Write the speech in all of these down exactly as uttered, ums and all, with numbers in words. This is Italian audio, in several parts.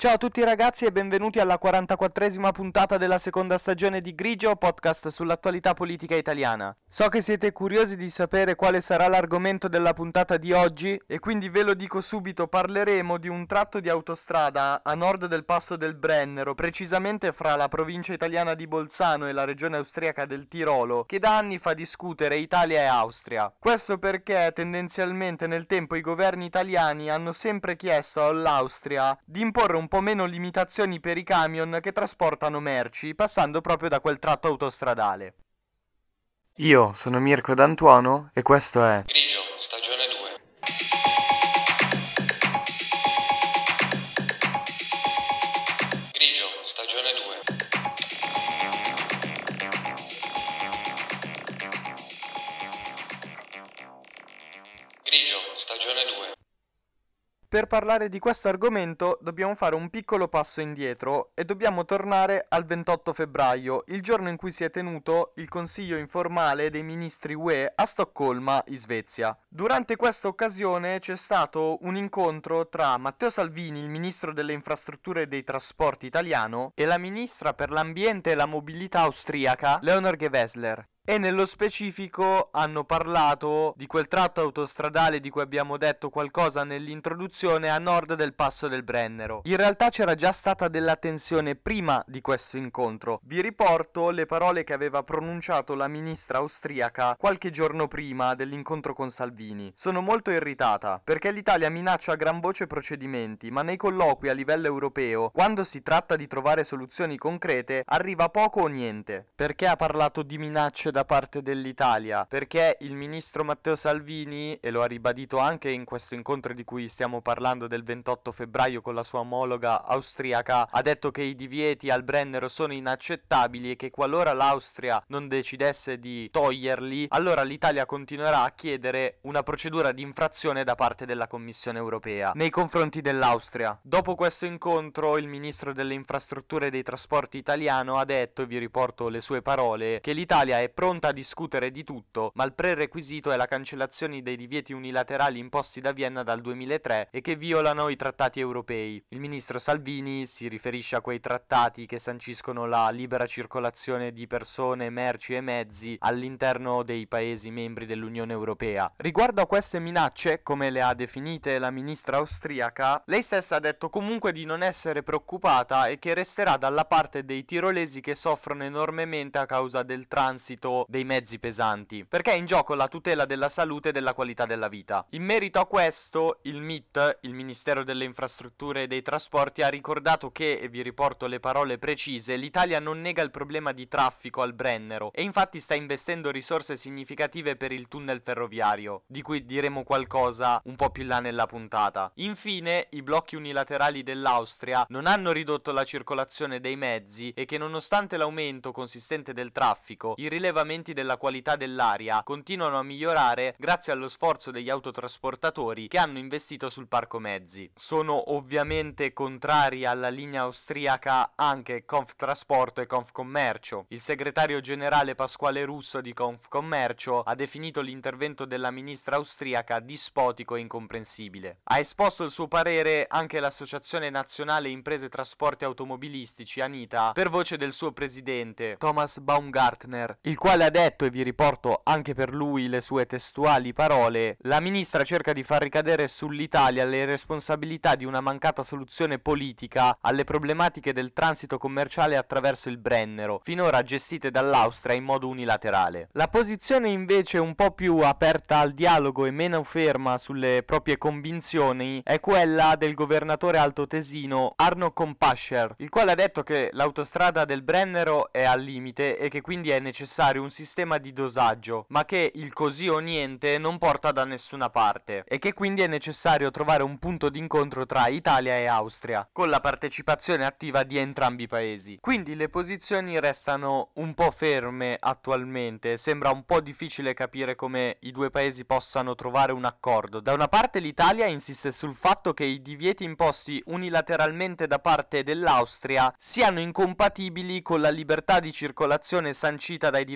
Ciao a tutti ragazzi e benvenuti alla quarantaquattresima puntata della seconda stagione di Grigio, podcast sull'attualità politica italiana. So che siete curiosi di sapere quale sarà l'argomento della puntata di oggi e quindi ve lo dico subito, parleremo di un tratto di autostrada a nord del passo del Brennero, precisamente fra la provincia italiana di Bolzano e la regione austriaca del Tirolo, che da anni fa discutere Italia e Austria. Questo perché tendenzialmente nel tempo i governi italiani hanno sempre chiesto all'Austria di imporre un un po' meno limitazioni per i camion che trasportano merci, passando proprio da quel tratto autostradale. Io sono Mirko D'Antuono e questo è Grigio, stagione due. Grigio, stagione due. Grigio, stagione due. Per parlare di questo argomento dobbiamo fare un piccolo passo indietro e dobbiamo tornare al ventotto febbraio, il giorno in cui si è tenuto il Consiglio informale dei ministri U E a Stoccolma, in Svezia. Durante questa occasione c'è stato un incontro tra Matteo Salvini, il ministro delle infrastrutture e dei trasporti italiano, e la ministra per l'ambiente e la mobilità austriaca, Leonor Gewessler. E nello specifico hanno parlato di quel tratto autostradale di cui abbiamo detto qualcosa nell'introduzione a nord del passo del Brennero. In realtà c'era già stata della tensione prima di questo incontro. Vi riporto le parole che aveva pronunciato la ministra austriaca qualche giorno prima dell'incontro con Salvini. Sono molto irritata perché l'Italia minaccia a gran voce procedimenti, ma nei colloqui a livello europeo, quando si tratta di trovare soluzioni concrete, arriva poco o niente. Perché ha parlato di minacce da parte dell'Italia? Perché il ministro Matteo Salvini, e lo ha ribadito anche in questo incontro di cui stiamo parlando del ventotto febbraio con la sua omologa austriaca, ha detto che i divieti al Brennero sono inaccettabili e che qualora l'Austria non decidesse di toglierli, allora l'Italia continuerà a chiedere una procedura di infrazione da parte della Commissione europea nei confronti dell'Austria. Dopo questo incontro il ministro delle infrastrutture e dei trasporti italiano ha detto, e vi riporto le sue parole, che l'Italia è pronta a discutere di tutto, ma il prerequisito è la cancellazione dei divieti unilaterali imposti da Vienna dal duemilatré e che violano i trattati europei. Il ministro Salvini si riferisce a quei trattati che sanciscono la libera circolazione di persone, merci e mezzi all'interno dei paesi membri dell'Unione Europea. Riguardo a queste minacce, come le ha definite la ministra austriaca, lei stessa ha detto comunque di non essere preoccupata e che resterà dalla parte dei tirolesi che soffrono enormemente a causa del transito dei mezzi pesanti, perché è in gioco la tutela della salute e della qualità della vita. In merito a questo, il M I T, il Ministero delle Infrastrutture e dei Trasporti, ha ricordato che, e vi riporto le parole precise, l'Italia non nega il problema di traffico al Brennero e infatti sta investendo risorse significative per il tunnel ferroviario, di cui diremo qualcosa un po' più in là nella puntata. Infine, i blocchi unilaterali dell'Austria non hanno ridotto la circolazione dei mezzi e che nonostante l'aumento consistente del traffico, i rilevamenti della qualità dell'aria continuano a migliorare grazie allo sforzo degli autotrasportatori che hanno investito sul parco mezzi. Sono ovviamente contrari alla linea austriaca anche Conftrasporto e Confcommercio. Il segretario generale Pasquale Russo di Confcommercio ha definito l'intervento della ministra austriaca dispotico e incomprensibile. Ha esposto il suo parere anche l'Associazione Nazionale Imprese Trasporti Automobilistici, ANITA, per voce del suo presidente, Thomas Baumgartner, il quale ha detto, e vi riporto anche per lui le sue testuali parole: la ministra cerca di far ricadere sull'Italia le responsabilità di una mancata soluzione politica alle problematiche del transito commerciale attraverso il Brennero, finora gestite dall'Austria in modo unilaterale. La posizione invece un po' più aperta al dialogo e meno ferma sulle proprie convinzioni è quella del governatore altoatesino Arno Kompascher, il quale ha detto che l'autostrada del Brennero è al limite e che quindi è necessario un sistema di dosaggio, ma che il così o niente non porta da nessuna parte e che quindi è necessario trovare un punto d'incontro tra Italia e Austria, con la partecipazione attiva di entrambi i paesi. Quindi le posizioni restano un po' ferme attualmente, sembra un po' difficile capire come i due paesi possano trovare un accordo. Da una parte l'Italia insiste sul fatto che i divieti imposti unilateralmente da parte dell'Austria siano incompatibili con la libertà di circolazione sancita dai diversi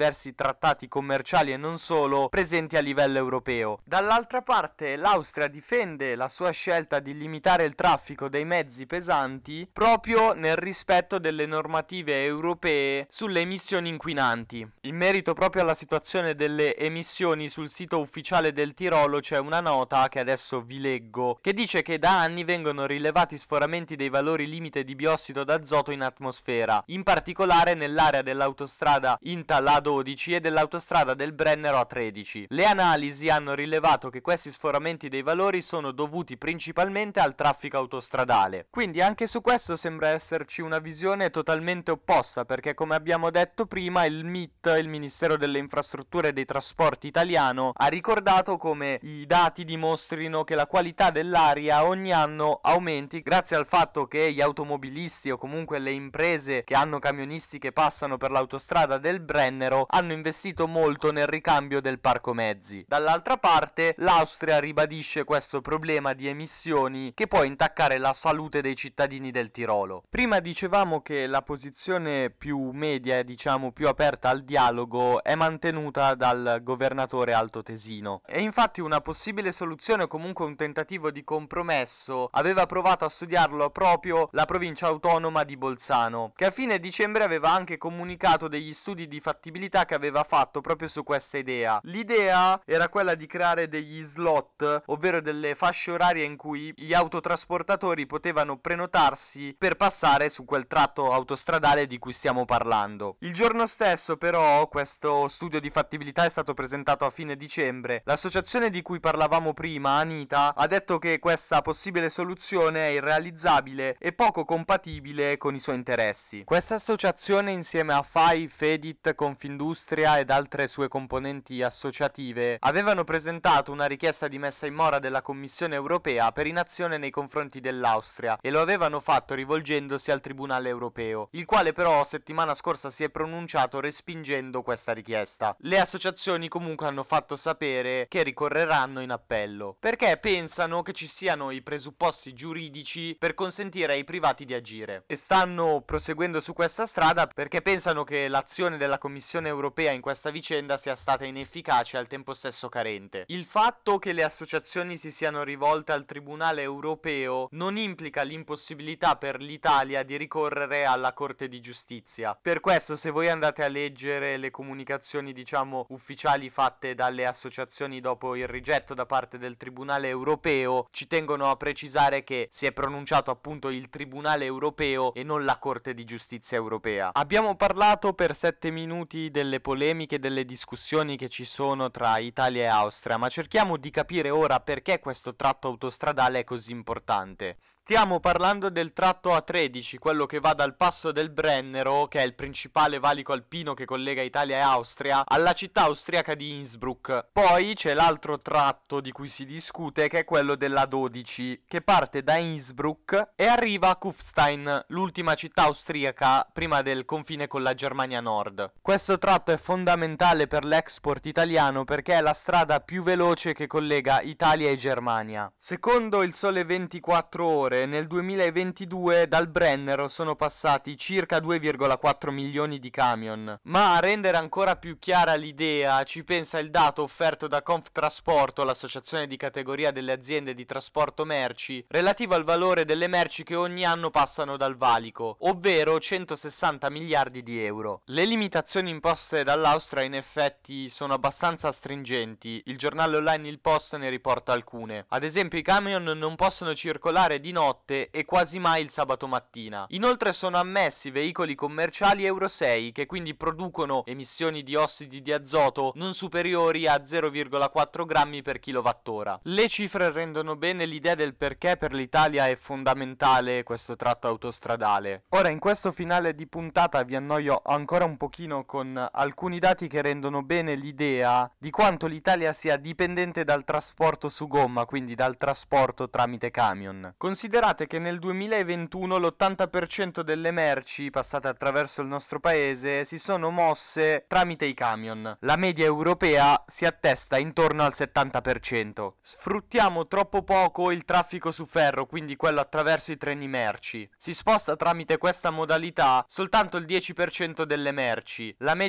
diversi trattati commerciali e non solo presenti a livello europeo. Dall'altra parte l'Austria difende la sua scelta di limitare il traffico dei mezzi pesanti proprio nel rispetto delle normative europee sulle emissioni inquinanti. In merito proprio alla situazione delle emissioni, sul sito ufficiale del Tirolo c'è una nota che adesso vi leggo, che dice che da anni vengono rilevati sforamenti dei valori limite di biossido d'azoto in atmosfera, in particolare nell'area dell'autostrada Intal A dodici e dell'autostrada del Brennero A tredici. Le analisi hanno rilevato che questi sforamenti dei valori sono dovuti principalmente al traffico autostradale. Quindi anche su questo sembra esserci una visione totalmente opposta, perché come abbiamo detto prima il M I T, il Ministero delle Infrastrutture e dei Trasporti italiano, ha ricordato come i dati dimostrino che la qualità dell'aria ogni anno aumenti grazie al fatto che gli automobilisti o comunque le imprese che hanno camionisti che passano per l'autostrada del Brennero hanno investito molto nel ricambio del parco mezzi. Dall'altra parte l'Austria ribadisce questo problema di emissioni che può intaccare la salute dei cittadini del Tirolo. Prima dicevamo che la posizione più media e diciamo più aperta al dialogo è mantenuta dal governatore altoatesino, e infatti una possibile soluzione o comunque un tentativo di compromesso aveva provato a studiarlo proprio la provincia autonoma di Bolzano, che a fine dicembre aveva anche comunicato degli studi di fattibilità che aveva fatto proprio su questa idea. L'idea era quella di creare degli slot, ovvero delle fasce orarie in cui gli autotrasportatori potevano prenotarsi per passare su quel tratto autostradale di cui stiamo parlando. Il giorno stesso però questo studio di fattibilità è stato presentato a fine dicembre. L'associazione di cui parlavamo prima, Anita, ha detto che questa possibile soluzione è irrealizzabile e poco compatibile con i suoi interessi. Questa associazione, insieme a F A I, Fedit, Confindustria ed altre sue componenti associative, avevano presentato una richiesta di messa in mora della Commissione europea per inazione nei confronti dell'Austria, e lo avevano fatto rivolgendosi al Tribunale europeo, il quale però settimana scorsa si è pronunciato respingendo questa richiesta. Le associazioni comunque hanno fatto sapere che ricorreranno in appello, perché pensano che ci siano i presupposti giuridici per consentire ai privati di agire, e stanno proseguendo su questa strada perché pensano che l'azione della Commissione europea in questa vicenda sia stata inefficace e al tempo stesso carente. Il fatto che le associazioni si siano rivolte al Tribunale europeo non implica l'impossibilità per l'Italia di ricorrere alla Corte di Giustizia. Per questo, se voi andate a leggere le comunicazioni diciamo ufficiali fatte dalle associazioni dopo il rigetto da parte del Tribunale europeo, ci tengono a precisare che si è pronunciato appunto il Tribunale europeo e non la Corte di Giustizia europea. Abbiamo parlato per sette minuti delle polemiche, delle discussioni che ci sono tra Italia e Austria, ma cerchiamo di capire ora perché questo tratto autostradale è così importante. Stiamo parlando del tratto A tredici, quello che va dal passo del Brennero, che è il principale valico alpino che collega Italia e Austria, alla città austriaca di Innsbruck. Poi c'è l'altro tratto di cui si discute, che è quello dell'A dodici, che parte da Innsbruck e arriva a Kufstein, l'ultima città austriaca prima del confine con la Germania Nord. Questo tratto è fondamentale per l'export italiano perché è la strada più veloce che collega Italia e Germania. Secondo il Sole ventiquattro Ore, nel duemilaventidue dal Brennero sono passati circa due virgola quattro milioni di camion. Ma a rendere ancora più chiara l'idea ci pensa il dato offerto da Conftrasporto, l'associazione di categoria delle aziende di trasporto merci, relativo al valore delle merci che ogni anno passano dal valico, ovvero centosessanta miliardi di euro. Le limitazioni imposte dall'Austria in effetti sono abbastanza stringenti. Il giornale online Il Post ne riporta alcune. Ad esempio, i camion non possono circolare di notte e quasi mai il sabato mattina. Inoltre sono ammessi veicoli commerciali Euro sei che quindi producono emissioni di ossidi di azoto non superiori a zero virgola quattro grammi per kilowattora. Le cifre rendono bene l'idea del perché per l'Italia è fondamentale questo tratto autostradale. Ora, in questo finale di puntata vi annoio ancora un pochino con alcuni dati che rendono bene l'idea di quanto l'Italia sia dipendente dal trasporto su gomma, quindi dal trasporto tramite camion. Considerate che nel duemilaventuno l'ottanta per cento delle merci passate attraverso il nostro paese si sono mosse tramite i camion. La media europea si attesta intorno al settanta per cento. Sfruttiamo troppo poco il traffico su ferro, quindi quello attraverso i treni merci. Si sposta tramite questa modalità soltanto il dieci per cento delle merci. La media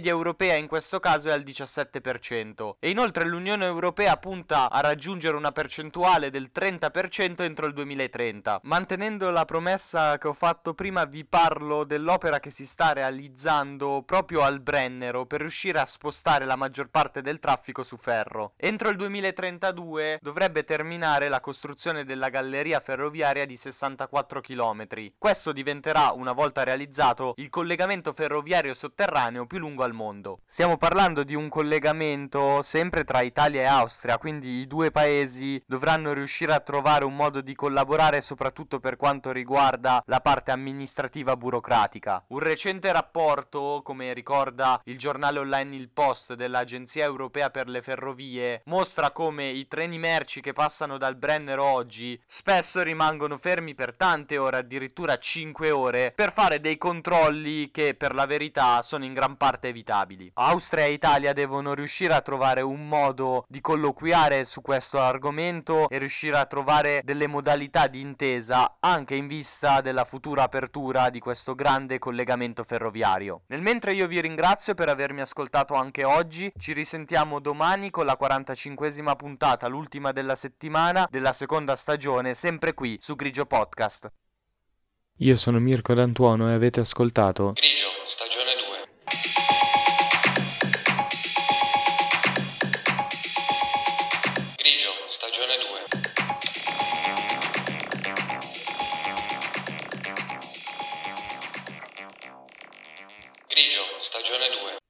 media europea in questo caso è al diciassette per cento e inoltre l'Unione Europea punta a raggiungere una percentuale del trenta per cento entro il duemilatrenta. Mantenendo la promessa che ho fatto prima, vi parlo dell'opera che si sta realizzando proprio al Brennero per riuscire a spostare la maggior parte del traffico su ferro. Entro il duemilatrentadue dovrebbe terminare la costruzione della galleria ferroviaria di sessantaquattro chilometri. Questo diventerà, una volta realizzato, il collegamento ferroviario sotterraneo più lungo al mondo. Stiamo parlando di un collegamento sempre tra Italia e Austria, quindi i due paesi dovranno riuscire a trovare un modo di collaborare soprattutto per quanto riguarda la parte amministrativa burocratica. Un recente rapporto, come ricorda il giornale online Il Post dell'Agenzia Europea per le Ferrovie, mostra come i treni merci che passano dal Brennero oggi spesso rimangono fermi per tante ore, addirittura cinque ore, per fare dei controlli che per la verità sono in gran parte evitabili. Austria e Italia devono riuscire a trovare un modo di colloquiare su questo argomento e riuscire a trovare delle modalità di intesa anche in vista della futura apertura di questo grande collegamento ferroviario. Nel mentre io vi ringrazio per avermi ascoltato anche oggi, ci risentiamo domani con la quarantacinquesima puntata, l'ultima della settimana della seconda stagione, sempre qui su Grigio Podcast. Io sono Mirko D'Antuono e avete ascoltato Grigio, stagione due. Grigio, stagione due. Grigio, stagione due.